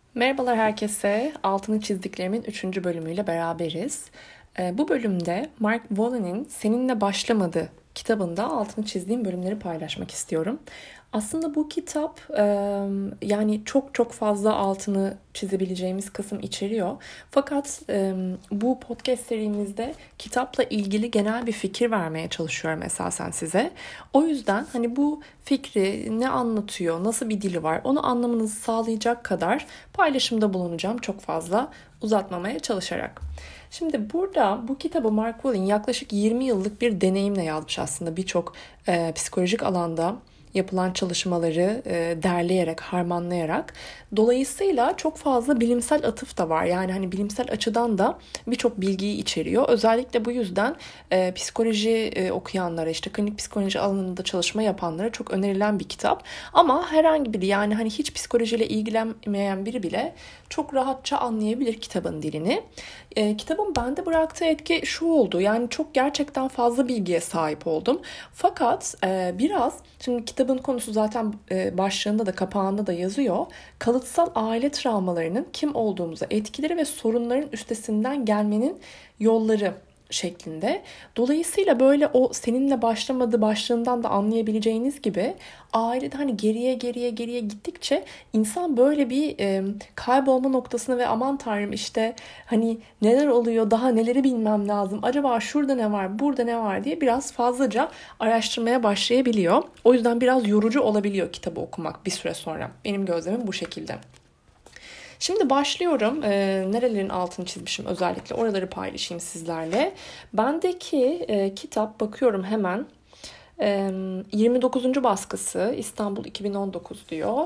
Merhabalar herkese. Altını çizdiklerimin 3. bölümüyle beraberiz. Bu bölümde Mark Wallen'in Seninle Başlamadı kitabında altını çizdiğim bölümleri paylaşmak istiyorum. Aslında bu kitap yani çok fazla altını çizebileceğimiz kısım içeriyor. Fakat bu podcast serimizde kitapla ilgili genel bir fikir vermeye çalışıyorum esasen size. O yüzden hani bu fikri ne anlatıyor, nasıl bir dili var onu anlamanızı sağlayacak kadar paylaşımda bulunacağım çok fazla uzatmamaya çalışarak. Şimdi burada bu kitabı Mark Wallen yaklaşık 20 yıllık bir deneyimle yazmış aslında birçok psikolojik alanda yapılan çalışmaları derleyerek, harmanlayarak. Dolayısıyla çok fazla bilimsel atıf da var. Yani hani bilimsel açıdan da birçok bilgiyi içeriyor. Özellikle bu yüzden psikoloji okuyanlara, işte klinik psikoloji alanında çalışma yapanlara çok önerilen bir kitap. Ama herhangi biri, yani hani hiç psikolojiyle ilgilenmeyen biri bile çok rahatça anlayabilir kitabın dilini. Kitabın bende bıraktığı etki şu oldu. Yani çok gerçekten fazla bilgiye sahip oldum. Fakat biraz, şimdi kitabın konusu zaten başlığında da kapağında da yazıyor. Kalıtsal aile travmalarının kim olduğumuza etkileri ve sorunların üstesinden gelmenin yolları şeklinde. Dolayısıyla böyle o Seninle Başlamadı başlığından da anlayabileceğiniz gibi ailede hani geriye gittikçe insan böyle bir kaybolma noktasına ve aman tanrım işte hani neler oluyor, daha neleri bilmem lazım, acaba şurada ne var, burada ne var diye biraz fazlaca araştırmaya başlayabiliyor. O yüzden biraz yorucu olabiliyor kitabı okumak bir süre sonra. Benim gözlemim bu şekilde. Şimdi başlıyorum. Nerelerin altını çizmişim, özellikle oraları paylaşayım sizlerle. Bendeki kitap, bakıyorum hemen, 29. baskısı, İstanbul 2019 diyor.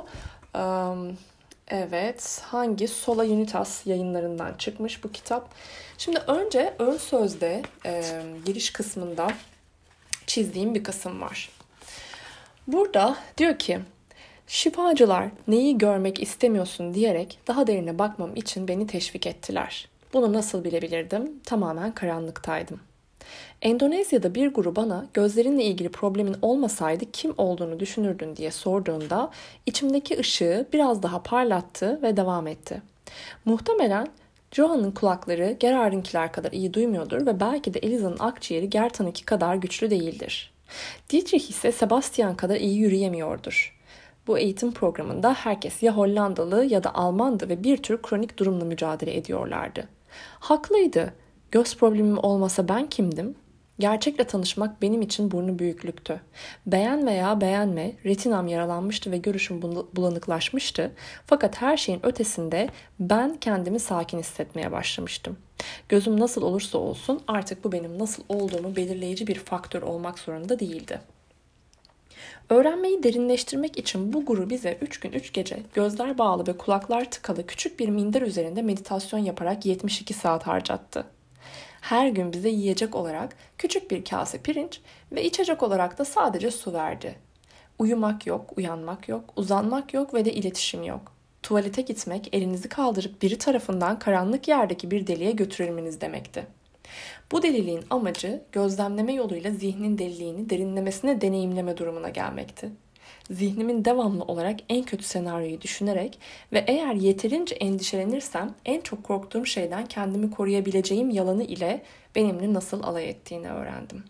Evet, hangi? Sola Unitas yayınlarından çıkmış bu kitap. Şimdi önce ön sözde giriş kısmında çizdiğim bir kısım var. Burada diyor ki, şifacılar neyi görmek istemiyorsun diyerek daha derine bakmam için beni teşvik ettiler. Bunu nasıl bilebilirdim? Tamamen karanlıktaydım. Endonezya'da bir guru bana gözlerinle ilgili problemin olmasaydı kim olduğunu düşünürdün diye sorduğunda içimdeki ışığı biraz daha parlattı ve devam etti. Muhtemelen Johan'ın kulakları Gerard'ınkiler kadar iyi duymuyordur ve belki de Eliza'nın akciğeri Gertan'ınki kadar güçlü değildir. Dietrich ise Sebastian kadar iyi yürüyemiyordur. Bu eğitim programında herkes ya Hollandalı ya da Almandı ve bir tür kronik durumla mücadele ediyorlardı. Haklıydı. Göz problemim olmasa ben kimdim? Gerçekle tanışmak benim için burnu büyüklüktü. Beğen veya beğenme, retinam yaralanmıştı ve görüşüm bulanıklaşmıştı. Fakat her şeyin ötesinde ben kendimi sakin hissetmeye başlamıştım. Gözüm nasıl olursa olsun artık bu benim nasıl olduğumu belirleyici bir faktör olmak zorunda değildi. Öğrenmeyi derinleştirmek için bu guru bize 3 gün 3 gece gözler bağlı ve kulaklar tıkalı küçük bir minder üzerinde meditasyon yaparak 72 saat harcattı. Her gün bize yiyecek olarak küçük bir kase pirinç ve içecek olarak da sadece su verdi. Uyumak yok, uyanmak yok, uzanmak yok ve de iletişim yok. Tuvalete gitmek, elinizi kaldırıp biri tarafından karanlık yerdeki bir deliğe götürülmeniz demekti. Bu deliliğin amacı gözlemleme yoluyla zihnin deliliğini derinlemesine deneyimleme durumuna gelmekti. Zihnimin devamlı olarak en kötü senaryoyu düşünerek ve eğer yeterince endişelenirsem en çok korktuğum şeyden kendimi koruyabileceğim yalanı ile benimle nasıl alay ettiğini öğrendim.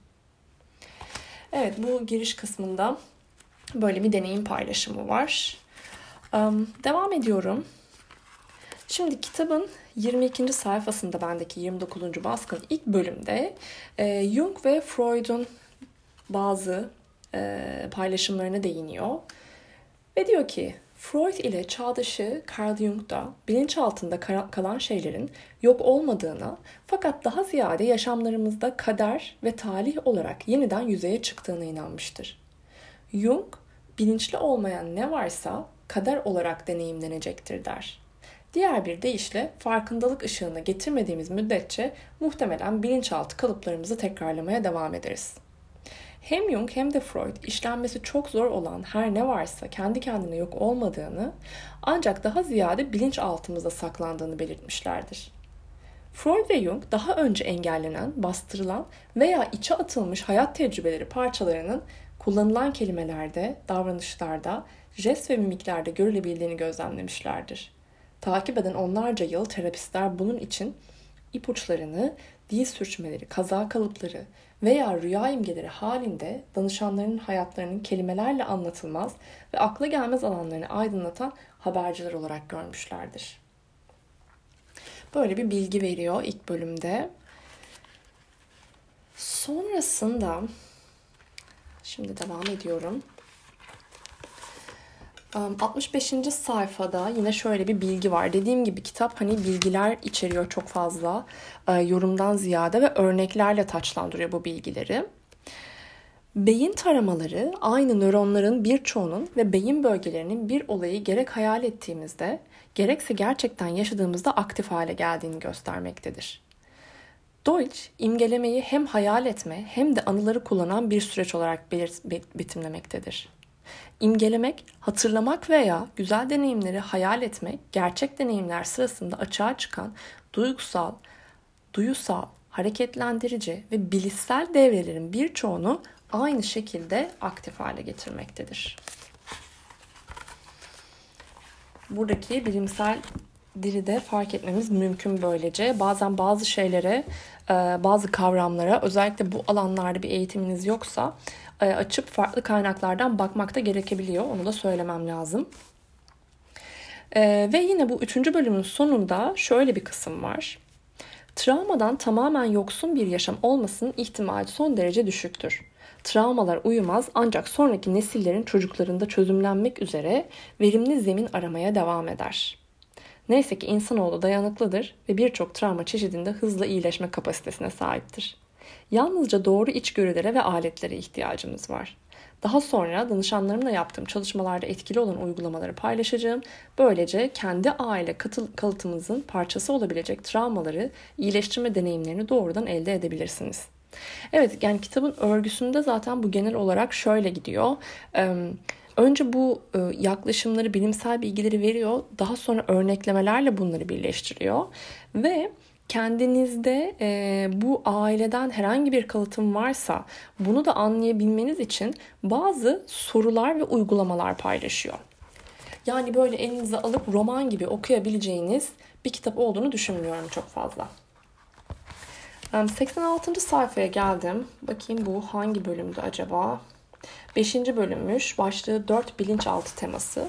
Evet, bu giriş kısmında böyle bir deneyim paylaşımı var. Devam ediyorum. Şimdi kitabın 22. sayfasında, bendeki 29. baskın ilk bölümde Jung ve Freud'un bazı paylaşımlarına değiniyor. Ve diyor ki, Freud ile çağdaşı Carl Jung'da bilinçaltında kalan şeylerin yok olmadığına, fakat daha ziyade yaşamlarımızda kader ve talih olarak yeniden yüzeye çıktığına inanmıştır. Jung, bilinçli olmayan ne varsa kader olarak deneyimlenecektir der. Diğer bir deyişle farkındalık ışığına getirmediğimiz müddetçe muhtemelen bilinçaltı kalıplarımızı tekrarlamaya devam ederiz. Hem Jung hem de Freud işlenmesi çok zor olan her ne varsa kendi kendine yok olmadığını, ancak daha ziyade bilinçaltımızda saklandığını belirtmişlerdir. Freud ve Jung daha önce engellenen, bastırılan veya içe atılmış hayat tecrübeleri parçalarının kullanılan kelimelerde, davranışlarda, jest ve mimiklerde görülebildiğini gözlemlemişlerdir. Takip eden onlarca yıl terapistler bunun için ipuçlarını dil sürçmeleri, kaza kalıpları veya rüya imgeleri halinde danışanlarının hayatlarının kelimelerle anlatılmaz ve akla gelmez alanlarını aydınlatan haberciler olarak görmüşlerdir. Böyle bir bilgi veriyor ilk bölümde. Sonrasında, şimdi devam ediyorum. 65. sayfada yine şöyle bir bilgi var. Dediğim gibi kitap hani bilgiler içeriyor çok fazla. Yorumdan ziyade ve örneklerle taçlandırıyor bu bilgileri. Beyin taramaları aynı nöronların birçoğunun ve beyin bölgelerinin bir olayı gerek hayal ettiğimizde, gerekse gerçekten yaşadığımızda aktif hale geldiğini göstermektedir. Deutsch, imgelemeyi hem hayal etme hem de anıları kullanan bir süreç olarak betimlemektedir. İmgelemek, hatırlamak veya güzel deneyimleri hayal etmek, gerçek deneyimler sırasında açığa çıkan duyusal, hareketlendirici ve bilişsel devrelerin birçoğunu aynı şekilde aktif hale getirmektedir. Buradaki bilimsel dili de fark etmemiz mümkün böylece. Bazen bazı şeylere, bazı kavramlara, özellikle bu alanlarda bir eğitiminiz yoksa açıp farklı kaynaklardan bakmak da gerekebiliyor. Onu da söylemem lazım. Ve yine bu 3. bölümün sonunda şöyle bir kısım var. Travmadan tamamen yoksun bir yaşam olmasının ihtimali son derece düşüktür. Travmalar uyumaz ancak sonraki nesillerin çocuklarında çözümlenmek üzere verimli zemin aramaya devam eder. Neyse ki insanoğlu dayanıklıdır ve birçok travma çeşidinde hızlı iyileşme kapasitesine sahiptir. Yalnızca doğru içgörülere ve aletlere ihtiyacımız var. Daha sonra danışanlarımla yaptığım çalışmalarda etkili olan uygulamaları paylaşacağım. Böylece kendi aile kalıtımızın parçası olabilecek travmaları, iyileştirme deneyimlerini doğrudan elde edebilirsiniz. Evet, yani kitabın örgüsünde zaten bu genel olarak şöyle gidiyor. Önce bu yaklaşımları, bilimsel bilgileri veriyor. Daha sonra örneklemelerle bunları birleştiriyor. Ve kendinizde bu aileden herhangi bir kalıtım varsa bunu da anlayabilmeniz için bazı sorular ve uygulamalar paylaşıyor. Yani böyle elinize alıp roman gibi okuyabileceğiniz bir kitap olduğunu düşünmüyorum çok fazla. 86. sayfaya geldim. Bakayım bu hangi bölümdü acaba? 5. bölümmüş. Başlığı 4 bilinçaltı teması.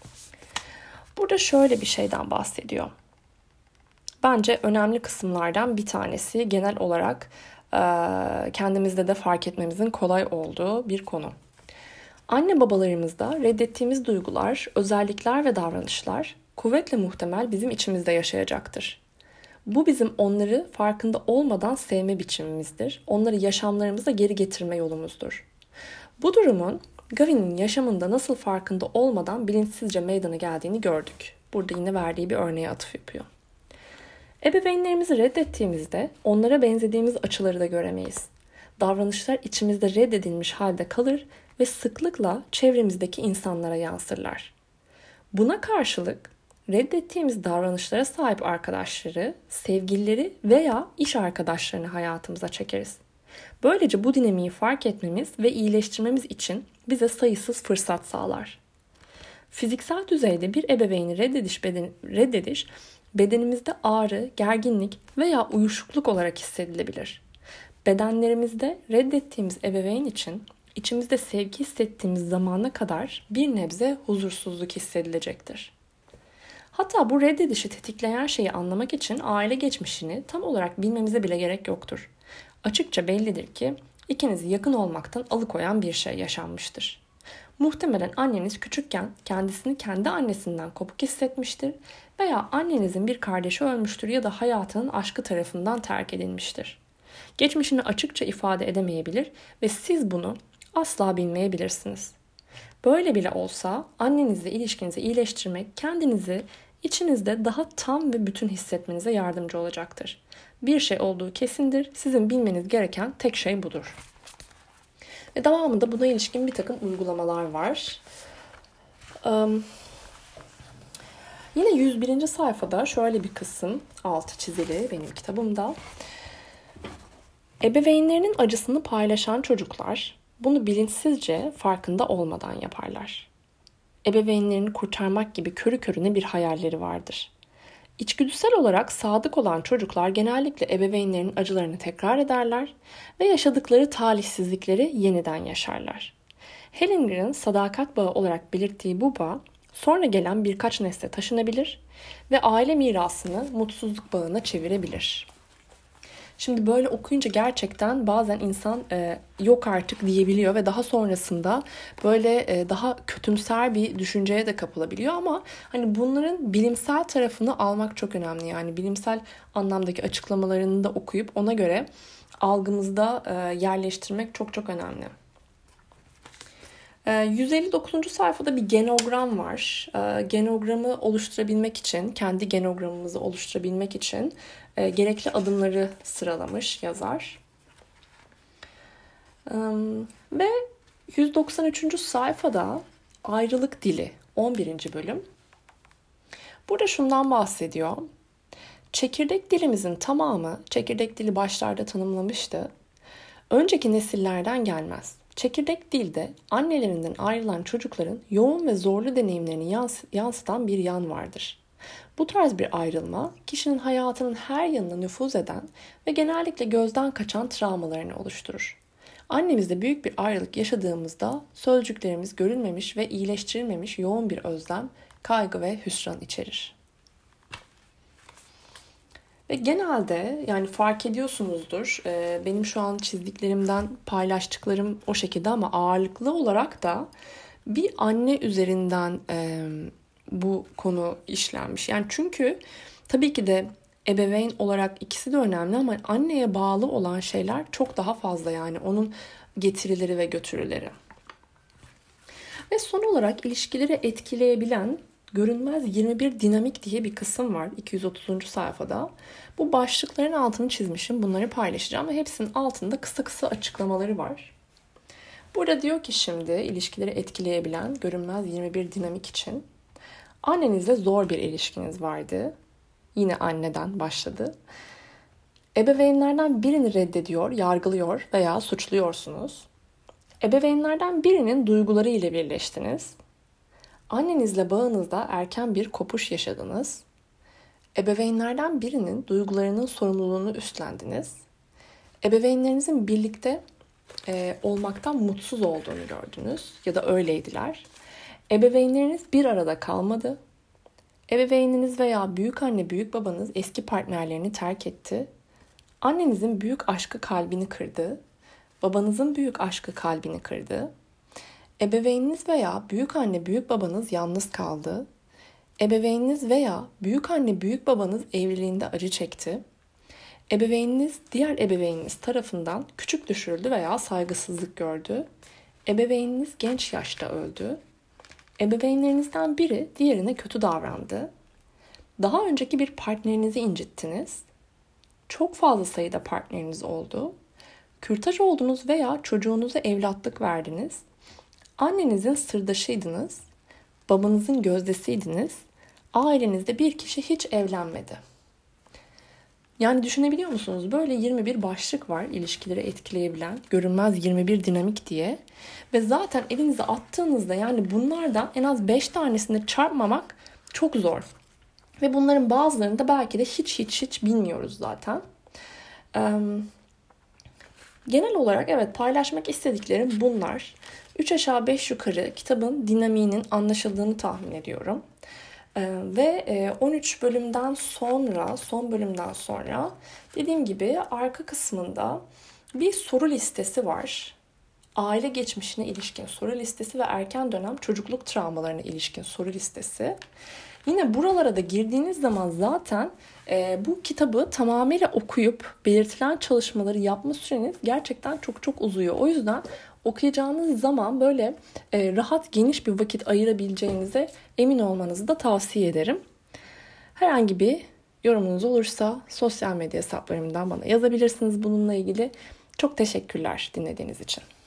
Burada şöyle bir şeyden bahsediyor. Bence önemli kısımlardan bir tanesi, genel olarak kendimizde de fark etmemizin kolay olduğu bir konu. Anne babalarımızda reddettiğimiz duygular, özellikler ve davranışlar kuvvetle muhtemel bizim içimizde yaşayacaktır. Bu bizim onları farkında olmadan sevme biçimimizdir. Onları yaşamlarımıza geri getirme yolumuzdur. Bu durumun Gavin'in yaşamında nasıl farkında olmadan bilinçsizce meydana geldiğini gördük. Burada yine verdiği bir örneğe atıf yapıyor. Ebeveynlerimizi reddettiğimizde onlara benzediğimiz açıları da göremeyiz. Davranışlar içimizde reddedilmiş halde kalır ve sıklıkla çevremizdeki insanlara yansırlar. Buna karşılık reddettiğimiz davranışlara sahip arkadaşları, sevgilileri veya iş arkadaşlarını hayatımıza çekeriz. Böylece bu dinamiği fark etmemiz ve iyileştirmemiz için bize sayısız fırsat sağlar. Fiziksel düzeyde bir ebeveyni reddediş bedenimizde ağrı, gerginlik veya uyuşukluk olarak hissedilebilir. Bedenlerimizde reddettiğimiz ebeveyn için içimizde sevgi hissettiğimiz zamana kadar bir nebze huzursuzluk hissedilecektir. Hatta bu reddedişi tetikleyen şeyi anlamak için aile geçmişini tam olarak bilmemize bile gerek yoktur. Açıkça bellidir ki ikinizi yakın olmaktan alıkoyan bir şey yaşanmıştır. Muhtemelen anneniz küçükken kendisini kendi annesinden kopuk hissetmiştir veya annenizin bir kardeşi ölmüştür ya da hayatının aşkı tarafından terk edilmiştir. Geçmişini açıkça ifade edemeyebilir ve siz bunu asla bilmeyebilirsiniz. Böyle bile olsa annenizle ilişkinizi iyileştirmek kendinizi içinizde daha tam ve bütün hissetmenize yardımcı olacaktır. Bir şey olduğu kesindir. Sizin bilmeniz gereken tek şey budur. Ve devamında buna ilişkin bir takım uygulamalar var. Yine 101. sayfada şöyle bir kısım, altı çizili benim kitabımda. Ebeveynlerinin acısını paylaşan çocuklar bunu bilinçsizce, farkında olmadan yaparlar. Ebeveynlerini kurtarmak gibi körü körüne bir hayalleri vardır. İçgüdüsel olarak sadık olan çocuklar genellikle ebeveynlerinin acılarını tekrar ederler ve yaşadıkları talihsizlikleri yeniden yaşarlar. Hellinger'ın sadakat bağı olarak belirttiği bu bağ, sonra gelen birkaç nesle taşınabilir ve aile mirasını mutsuzluk bağına çevirebilir. Şimdi böyle okuyunca gerçekten bazen insan yok artık diyebiliyor ve daha sonrasında böyle daha kötümser bir düşünceye de kapılabiliyor, ama hani bunların bilimsel tarafını almak çok önemli. Yani bilimsel anlamdaki açıklamalarını da okuyup ona göre algımızda yerleştirmek çok çok önemli. 159. sayfada bir genogram var. Genogramı oluşturabilmek için, kendi genogramımızı oluşturabilmek için gerekli adımları sıralamış yazar. Ve 193. sayfada ayrılık dili, 11. bölüm. Burada şundan bahsediyor. Çekirdek dilimizin tamamı, çekirdek dili başlarda tanımlamıştı, önceki nesillerden gelmez. Çekirdek dilde annelerinden ayrılan çocukların yoğun ve zorlu deneyimlerini yansıtan bir yan vardır. Bu tarz bir ayrılma, kişinin hayatının her yanına nüfuz eden ve genellikle gözden kaçan travmalarını oluşturur. Annemizle büyük bir ayrılık yaşadığımızda sözcüklerimiz görülmemiş ve iyileştirilmemiş yoğun bir özlem, kaygı ve hüsran içerir. Ve genelde, yani fark ediyorsunuzdur, benim şu an çizdiklerimden paylaştıklarım o şekilde, ama ağırlıklı olarak da bir anne üzerinden bu konu işlenmiş. Yani çünkü tabii ki de ebeveyn olarak ikisi de önemli, ama anneye bağlı olan şeyler çok daha fazla, yani onun getirileri ve götürüleri. Ve son olarak ilişkileri etkileyebilen görünmez 21 dinamik diye bir kısım var 230. sayfada. Bu başlıkların altını çizmişim. Bunları paylaşacağım ve hepsinin altında kısa kısa açıklamaları var. Burada diyor ki şimdi ilişkileri etkileyebilen görünmez 21 dinamik için. Annenizle zor bir ilişkiniz vardı. Yine anneden başladı. Ebeveynlerden birini reddediyor, yargılıyor veya suçluyorsunuz. Ebeveynlerden birinin duyguları ile birleştiniz. Annenizle bağınızda erken bir kopuş yaşadınız. Ebeveynlerden birinin duygularının sorumluluğunu üstlendiniz. Ebeveynlerinizin birlikte olmaktan mutsuz olduğunu gördünüz ya da öyleydiler. Ebeveynleriniz bir arada kalmadı. Ebeveyniniz veya büyükanne büyükbabanız eski partnerlerini terk etti. Annenizin büyük aşkı kalbini kırdı. Babanızın büyük aşkı kalbini kırdı. Ebeveyniniz veya büyükanne büyükbabanız yalnız kaldı. Ebeveyniniz veya büyükanne büyükbabanız evliliğinde acı çekti. Ebeveyniniz diğer ebeveyniniz tarafından küçük düşürüldü veya saygısızlık gördü. Ebeveyniniz genç yaşta öldü. Ebeveynlerinizden biri diğerine kötü davrandı. Daha önceki bir partnerinizi incittiniz. Çok fazla sayıda partneriniz oldu. Kürtaj oldunuz veya çocuğunuza evlatlık verdiniz. Annenizin sırdaşıydınız. Babanızın gözdesiydiniz. Ailenizde bir kişi hiç evlenmedi. Yani düşünebiliyor musunuz? Böyle 21 başlık var ilişkileri etkileyebilen, görünmez 21 dinamik diye. Ve zaten elinize attığınızda yani bunlardan en az 5 tanesini çarpmamak çok zor. Ve bunların bazılarını da belki de hiç bilmiyoruz zaten. Genel olarak evet paylaşmak istediklerim bunlar. 3 aşağı 5 yukarı kitabın dinamiğinin anlaşıldığını tahmin ediyorum. Ve 13 bölümden sonra, son bölümden sonra dediğim gibi arka kısmında bir soru listesi var. Aile geçmişine ilişkin soru listesi ve erken dönem çocukluk travmalarına ilişkin soru listesi. Yine buralara da girdiğiniz zaman zaten bu kitabı tamamıyla okuyup belirtilen çalışmaları yapma süreniz gerçekten çok uzuyor. O yüzden okuyacağınız zaman böyle rahat geniş bir vakit ayırabileceğinize emin olmanızı da tavsiye ederim. Herhangi bir yorumunuz olursa sosyal medya hesaplarımdan bana yazabilirsiniz bununla ilgili. Çok teşekkürler dinlediğiniz için.